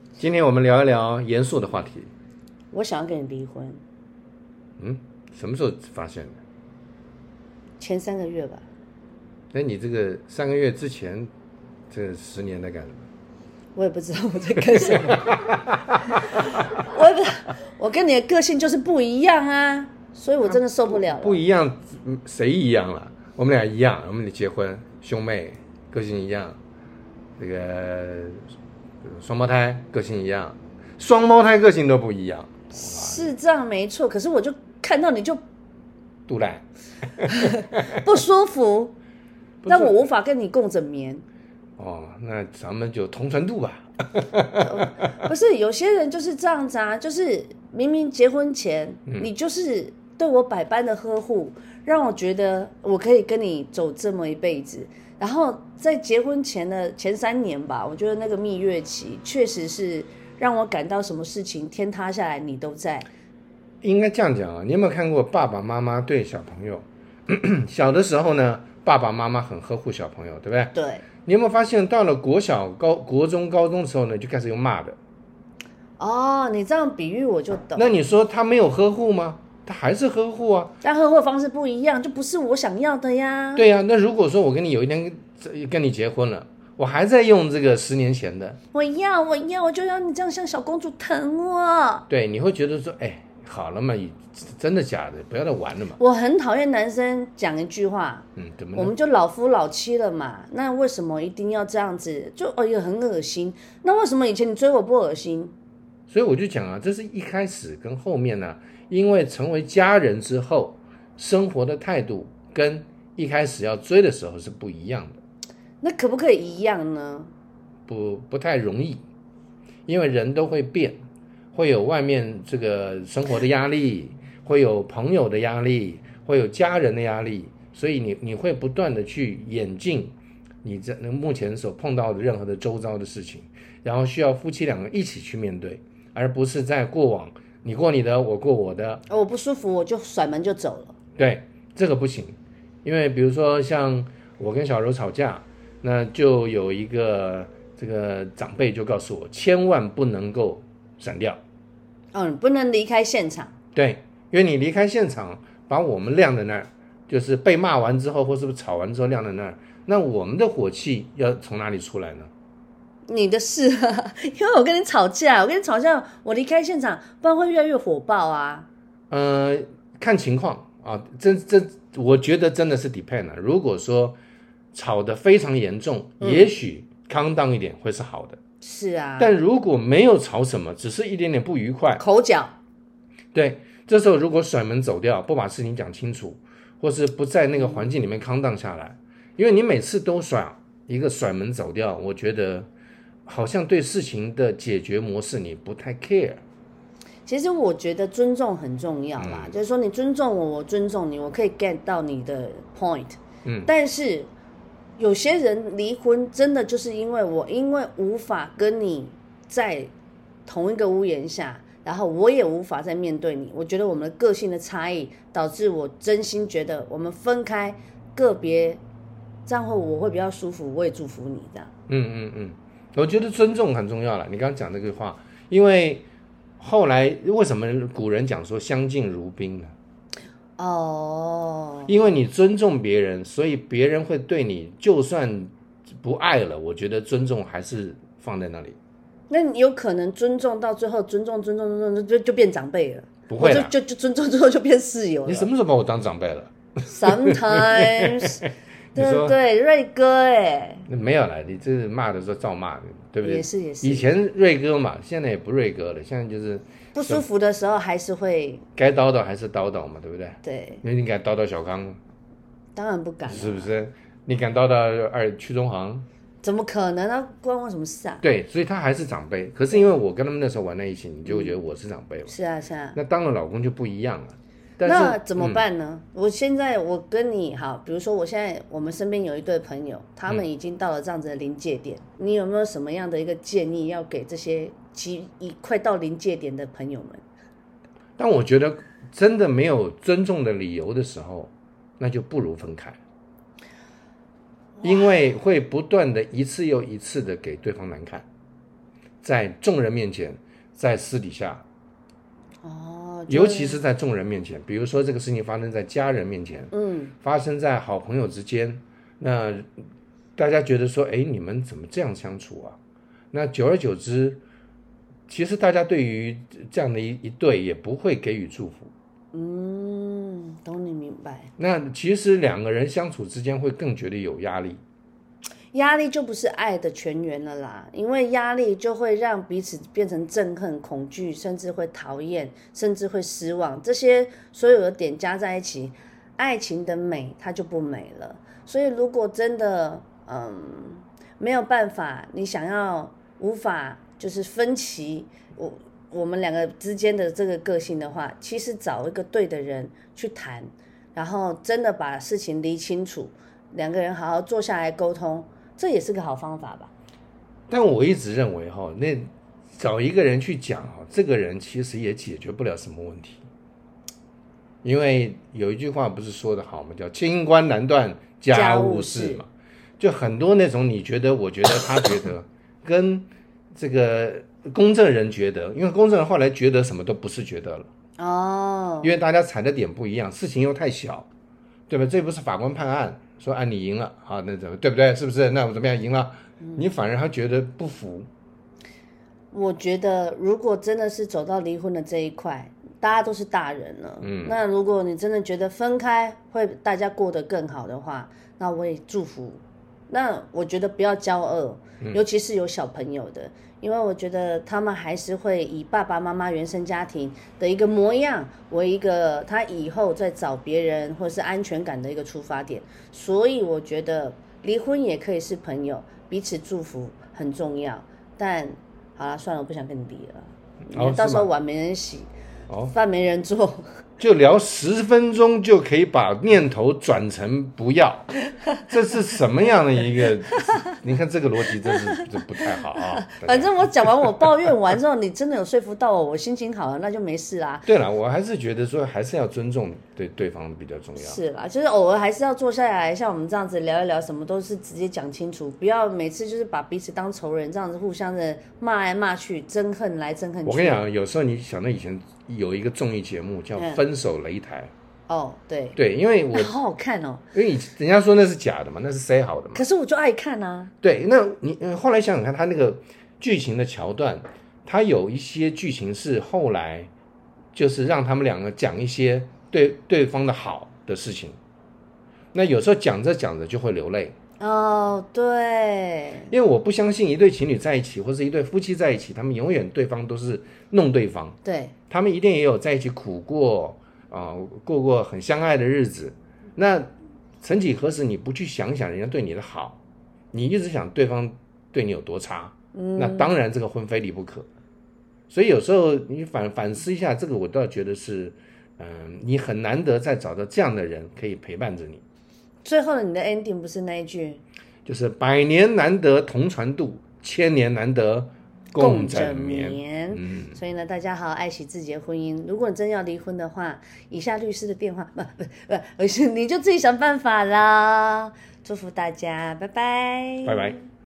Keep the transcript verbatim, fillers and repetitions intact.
今天我们聊一聊严肃的话题。 我想要跟你离婚。 嗯，什么时候发现的？ 前三个月吧。 那你这个三个月之前，这十年在干什么？ 我也不知道我在干什么。我也不知道，我跟你的个性就是不一样啊，所以我真的受不了了。 不一样，谁一样了？我们俩一样，我们俩结婚，兄妹，个性一样。这个双胞胎个性一样，双胞胎个性都不一样。 是这样没错，可是我就看到你就杜赖不舒服，但我无法跟你共枕眠。 哦，那咱们就同船渡吧。 不是，有些人就是这样子啊，就是明明结婚前、嗯、你就是对我百般的呵护，让我觉得我可以跟你走这么一辈子。然后在结婚前的前三年吧，我觉得那个蜜月期确实是让我感到什么事情天塌下来你都在。 应该这样讲啊，你有没有看过爸爸妈妈对小朋友小的时候呢，爸爸妈妈很呵护小朋友，对不对？ 对。 你有没有发现到了国小、高国中、高中的时候呢，就开始用骂的？ 哦，你这样比喻我就懂。 那你说他没有呵护吗？他还是呵护啊， 但呵护的方式不一样，就不是我想要的呀。 对呀、啊，那如果说我跟你有一天跟你结婚了，我还在用这个十年前的， 我要我要我就要你这样像小公主疼我。 对，你会觉得说，哎，好了嘛，真的假的？不要再玩了嘛。 我很讨厌男生讲一句话， 嗯，怎么？ 我们就老夫老妻了嘛，那为什么一定要这样子？就哎呀，很恶心。那为什么以前你追我不恶心？ 所以我就讲啊，这是一开始跟后面呢、啊，因为成为家人之后，生活的态度跟一开始要追的时候是不一样的。 那可不可以一样呢？ 不，不太容易，因为人都会变，会有外面这个生活的压力，会有朋友的压力，会有家人的压力，所以你你会不断的去演进你这目前所碰到的任何的周遭的事情，然后需要夫妻两个一起去面对，而不是在过往你过你的，我过我的， 我不舒服我就甩门就走了。 对，这个不行，因为比如说像我跟小柔吵架，那就有一个这个长辈就告诉我，千万不能够闪掉， 嗯，不能离开现场。 对，因为你离开现场，把我们晾在那儿，就是被骂完之后，或是吵完之后晾在那儿，那我们的火气要从哪里出来呢？ 你的事啊，因为我跟你吵架，我跟你吵架，我离开现场，不然会越来越火爆啊。 呃，看情况啊，这这，我觉得真的是 depend 啊。如果说吵得非常严重，嗯、也许calm down一点会是好的。 是啊。 但如果没有吵什么，只是一点点不愉快， 口角， 对，这时候如果甩门走掉，不把事情讲清楚，或是不在那个环境里面calm down下来，因为你每次都甩一个甩门走掉，我觉得好像对事情的解决模式你不太 care。 其实我觉得尊重很重要啦，嗯、就是说你尊重我，我尊重你，我可以 get 到你的 point。嗯，但是有些人离婚真的就是因为我因为无法跟你在同一个屋檐下，然后我也无法再面对你。我觉得我们的个性的差异导致我真心觉得我们分开个别，这样会我会比较舒服，我也祝福你这样。 嗯嗯嗯，我觉得尊重很重要了。你刚刚讲这个话，因为后来为什么古人讲说相敬如宾呢？ 哦， 因为你尊重别人，所以别人会对你，就算不爱了，我觉得尊重还是放在那里。 那你有可能尊重到最后，尊重尊重尊重就就变长辈了？ 不会啦， 就就就尊重之后就变室友了。 你什么时候把我当长辈了 ？Sometimes， 对不对？瑞哥哎， 没有啦，你这骂的时候照骂的，对不对？ 也是也是。 以前瑞哥嘛，现在也不瑞哥了，现在就是不舒服的时候还是会该叨叨还是叨叨嘛，对不对？ 对。 因为你敢叨叨小康？ 当然不敢。 是不是？你敢叨叨二屈中航？ 怎么可能呢？关我什么事啊？ 对，所以他还是长辈。可是因为我跟他们那时候玩在一起，你就会觉得我是长辈了。 是啊，是啊。 那当了老公就不一样了。但是那怎么办呢？嗯、我现在我跟你好，比如说我现在我们身边有一对朋友，他们已经到了这样子的临界点，嗯、你有没有什么样的一个建议要给这些即已快到临界点的朋友们？ 但我觉得真的没有尊重的理由的时候，那就不如分开。因为会不断的一次又一次的给对方难看， 在众人面前，在私底下。 哦， 尤其是在众人面前，比如说这个事情发生在家人面前，嗯，发生在好朋友之间，那大家觉得说，哎，你们怎么这样相处啊？那久而久之，其实大家对于这样的一一对也不会给予祝福。 嗯，懂你明白。 那其实两个人相处之间会更觉得有压力。 压力就不是爱的泉源了啦，因为压力就会让彼此变成憎恨、恐惧，甚至会讨厌，甚至会失望。这些所有的点加在一起，爱情的美它就不美了。所以如果真的嗯没有办法，你想要无法就是分歧我我们两个之间的这个个性的话，其实找一个对的人去谈，然后真的把事情理清楚，两个人好好坐下来沟通。这也是个好方法吧。 但我一直认为哈，那找一个人去讲哈，这个人其实也解决不了什么问题。因为有一句话不是说的好吗？叫清官难断家务事嘛。就很多那种你觉得我觉得他觉得跟这个公证人觉得，因为公证人后来觉得什么都不是觉得了哦，因为大家踩的点不一样，事情又太小，对吧？这不是法官判案说啊你赢了啊，那怎么对不对？是不是？那我怎么样赢了？嗯、你反而他觉得不服。 我觉得如果真的是走到离婚的这一块，大家都是大人了，嗯，那如果你真的觉得分开会大家过得更好的话，那我也祝福。那我觉得不要骄傲，尤其是有小朋友的，因为我觉得他们还是会以爸爸妈妈原生家庭的一个模样为一个他以后再找别人或是安全感的一个出发点，所以我觉得离婚也可以是朋友，彼此祝福很重要。但好了，算了，我不想跟你离了，哦、到时候碗没人洗，哦、饭没人做。 就聊十分钟就可以把念头转成不要，这是什么样的一个？你看这个逻辑真是这不太好啊。 反正我讲完我抱怨完之后，你真的有说服到我，我心情好了，那就没事啦。 对了，我还是觉得说还是要尊重对对方比较重要。 是啦，就是偶尔还是要坐下来，像我们这样子聊一聊，什么都是直接讲清楚，不要每次就是把彼此当仇人，这样子互相的骂来骂去，憎恨来憎恨去。 我跟你讲，有时候你想到以前有一个综艺节目叫《分手擂台》。 哦，对对，因为我好好看哦， 因为人家说那是假的嘛，那是塞好的嘛。 可是我就爱看啊。 对，那你后来想想看，他那个剧情的桥段，他有一些剧情是后来就是让他们两个讲一些对对方的好的事情，那有时候讲着讲着就会流泪。 哦，对， 因为我不相信一对情侣在一起，或是一对夫妻在一起，他们永远对方都是弄对方， 对， 他们一定也有在一起苦过。啊、呃，过过很相爱的日子，那曾几何时你不去想想人家对你的好，你一直想对方对你有多差，嗯、那当然这个婚非离不可。所以有时候你反反思一下，这个我倒觉得是，嗯、呃，你很难得再找到这样的人可以陪伴着你。 最后你的 ending 不是那一句， 就是百年难得同船渡，千年难得共枕眠。 嗯，所以呢，大家好好爱惜自己的婚姻。如果你真要离婚的话，以下律师的电话不不不，你就自己想办法啦。祝福大家，拜拜， 拜拜。